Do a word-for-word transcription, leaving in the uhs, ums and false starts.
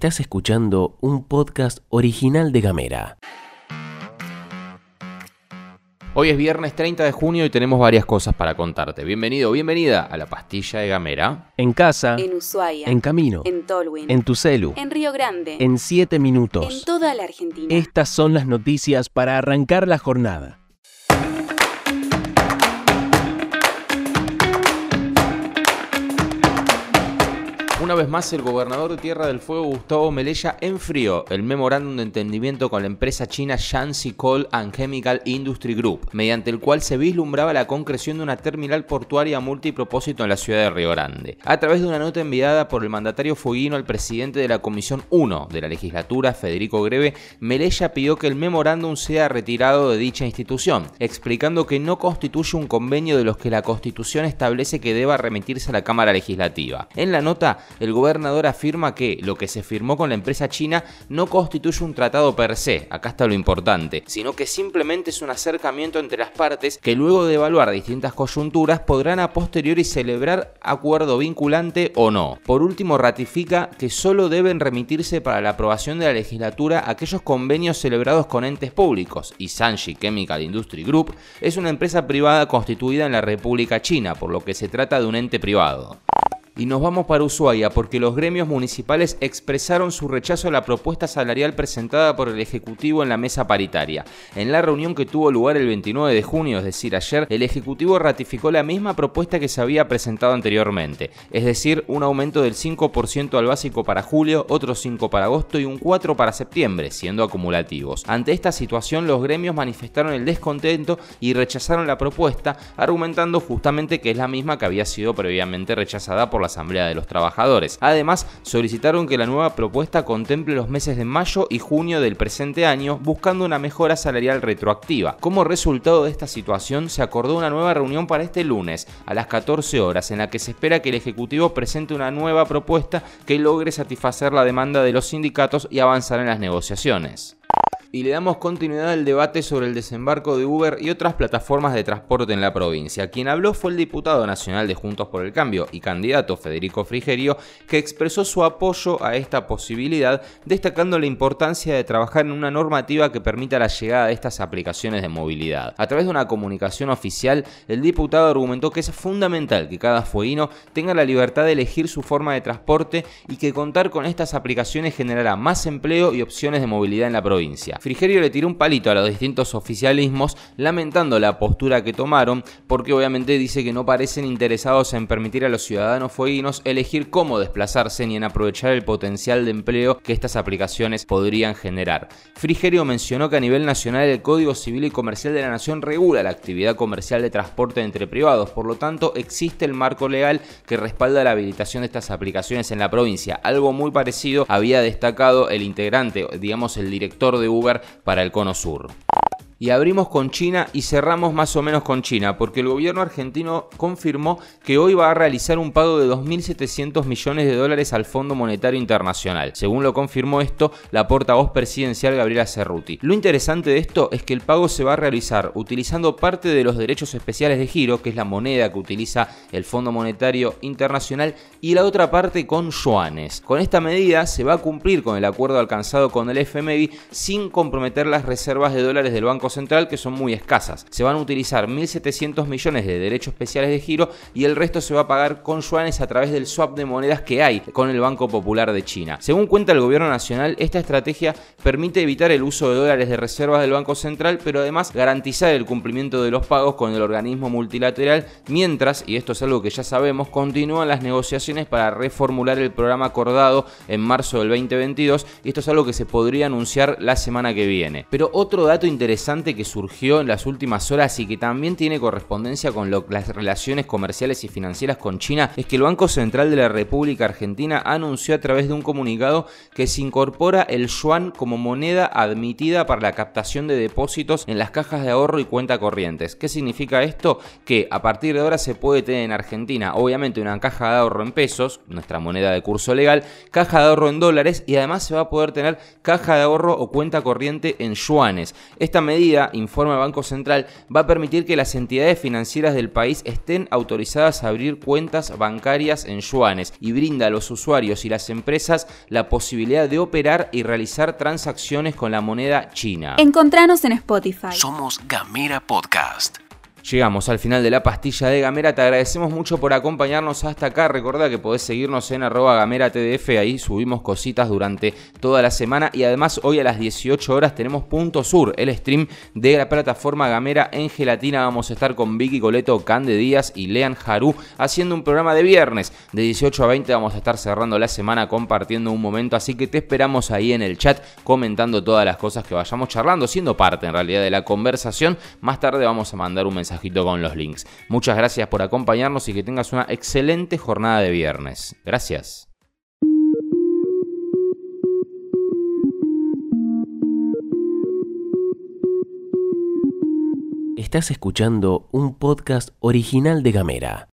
Estás escuchando un podcast original de Gamera. Hoy es viernes treinta de junio y tenemos varias cosas para contarte. Bienvenido o bienvenida a la Pastilla de Gamera. En casa, En Ushuaia, en camino, en Tolwyn, en tu celu, en Río Grande, en siete minutos. en toda la Argentina. Estas son las noticias para arrancar la jornada. Una vez más, el gobernador de Tierra del Fuego, Gustavo Melella, enfrió el memorándum de entendimiento con la empresa china Jiangxi Coal and Chemical Industry Group, mediante el cual se vislumbraba la concreción de una terminal portuaria multipropósito en la ciudad de Río Grande. A través de una nota enviada por el mandatario fueguino al presidente de la Comisión uno de la legislatura, Federico Greve, Melella pidió que el memorándum sea retirado de dicha institución, explicando que no constituye un convenio de los que la Constitución establece que deba remitirse a la Cámara Legislativa. En la nota, el gobernador afirma que lo que se firmó con la empresa china no constituye un tratado per se, acá está lo importante, sino que simplemente es un acercamiento entre las partes que luego de evaluar distintas coyunturas podrán a posteriori celebrar acuerdo vinculante o no. Por último, ratifica que solo deben remitirse para la aprobación de la legislatura aquellos convenios celebrados con entes públicos, y Jiangxi Chemical Industry Group es una empresa privada constituida en la República China, por lo que se trata de un ente privado. Y nos vamos para Ushuaia porque los gremios municipales expresaron su rechazo a la propuesta salarial presentada por el Ejecutivo en la mesa paritaria. En la reunión que tuvo lugar el veintinueve de junio, es decir ayer, el Ejecutivo ratificó la misma propuesta que se había presentado anteriormente, es decir, un aumento del cinco por ciento al básico para julio, otro cinco por ciento para agosto y un cuatro por ciento para septiembre, siendo acumulativos. Ante esta situación, los gremios manifestaron el descontento y rechazaron la propuesta, argumentando justamente que es la misma que había sido previamente rechazada por la Asamblea de los Trabajadores. Además, solicitaron que la nueva propuesta contemple los meses de mayo y junio del presente año, buscando una mejora salarial retroactiva. Como resultado de esta situación, se acordó una nueva reunión para este lunes, a las catorce horas, en la que se espera que el Ejecutivo presente una nueva propuesta que logre satisfacer la demanda de los sindicatos y avanzar en las negociaciones. Y le damos continuidad al debate sobre el desembarco de Uber y otras plataformas de transporte en la provincia. Quien habló fue el diputado nacional de Juntos por el Cambio y candidato Federico Frigerio, que expresó su apoyo a esta posibilidad, destacando la importancia de trabajar en una normativa que permita la llegada de estas aplicaciones de movilidad. A través de una comunicación oficial, el diputado argumentó que es fundamental que cada fueguino tenga la libertad de elegir su forma de transporte y que contar con estas aplicaciones generará más empleo y opciones de movilidad en la provincia. Frigerio le tiró un palito a los distintos oficialismos, lamentando la postura que tomaron, porque obviamente dice que no parecen interesados en permitir a los ciudadanos fueguinos elegir cómo desplazarse ni en aprovechar el potencial de empleo que estas aplicaciones podrían generar. Frigerio mencionó que a nivel nacional el Código Civil y Comercial de la Nación regula la actividad comercial de transporte entre privados, por lo tanto existe el marco legal que respalda la habilitación de estas aplicaciones en la provincia. Algo muy parecido había destacado el integrante, digamos el director de Uber para el Cono Sur. Y abrimos con China y cerramos más o menos con China, porque el gobierno argentino confirmó que hoy va a realizar un pago de dos mil setecientos millones de dólares al Fondo Monetario Internacional. Según lo confirmó esto, la portavoz presidencial Gabriela Cerruti. Lo interesante de esto es que el pago se va a realizar utilizando parte de los derechos especiales de giro, que es la moneda que utiliza el Fondo Monetario Internacional, y la otra parte con yuanes. Con esta medida se va a cumplir con el acuerdo alcanzado con el F M I sin comprometer las reservas de dólares del Banco Central, que son muy escasas. Se van a utilizar mil setecientos millones de derechos especiales de giro y el resto se va a pagar con yuanes a través del swap de monedas que hay con el Banco Popular de China. Según cuenta el gobierno nacional, esta estrategia permite evitar el uso de dólares de reservas del Banco Central, pero además garantizar el cumplimiento de los pagos con el organismo multilateral, mientras, y esto es algo que ya sabemos, continúan las negociaciones para reformular el programa acordado en marzo del veinte veintidós, y esto es algo que se podría anunciar la semana que viene. Pero otro dato interesante que surgió en las últimas horas y que también tiene correspondencia con lo, las relaciones comerciales y financieras con China es que el Banco Central de la República Argentina anunció a través de un comunicado que se incorpora el yuan como moneda admitida para la captación de depósitos en las cajas de ahorro y cuenta corrientes. ¿Qué significa esto? Que a partir de ahora se puede tener en Argentina obviamente una caja de ahorro en pesos, nuestra moneda de curso legal, caja de ahorro en dólares y además se va a poder tener caja de ahorro o cuenta corriente en yuanes. Esta medida medida, informa el Banco Central, va a permitir que las entidades financieras del país estén autorizadas a abrir cuentas bancarias en yuanes y brinda a los usuarios y las empresas la posibilidad de operar y realizar transacciones con la moneda china. Encontranos en Spotify. Somos Gamera Podcast. Llegamos al final de la pastilla de Gamera, te agradecemos mucho por acompañarnos hasta acá. Recordá que podés seguirnos en arroba gamera tdf, ahí subimos cositas durante toda la semana y además hoy a las dieciocho horas tenemos Punto Sur, el stream de la plataforma Gamera en Gelatina. Vamos a estar con Vicky Coleto, Cande Díaz y Lean Harú haciendo un programa de viernes de dieciocho a veinte. Vamos a estar cerrando la semana compartiendo un momento, así que te esperamos ahí en el chat comentando todas las cosas que vayamos charlando, siendo parte en realidad de la conversación. Más tarde vamos a mandar un mensaje con los links. Muchas gracias por acompañarnos y que tengas una excelente jornada de viernes. Gracias. Estás escuchando un podcast original de Gamera.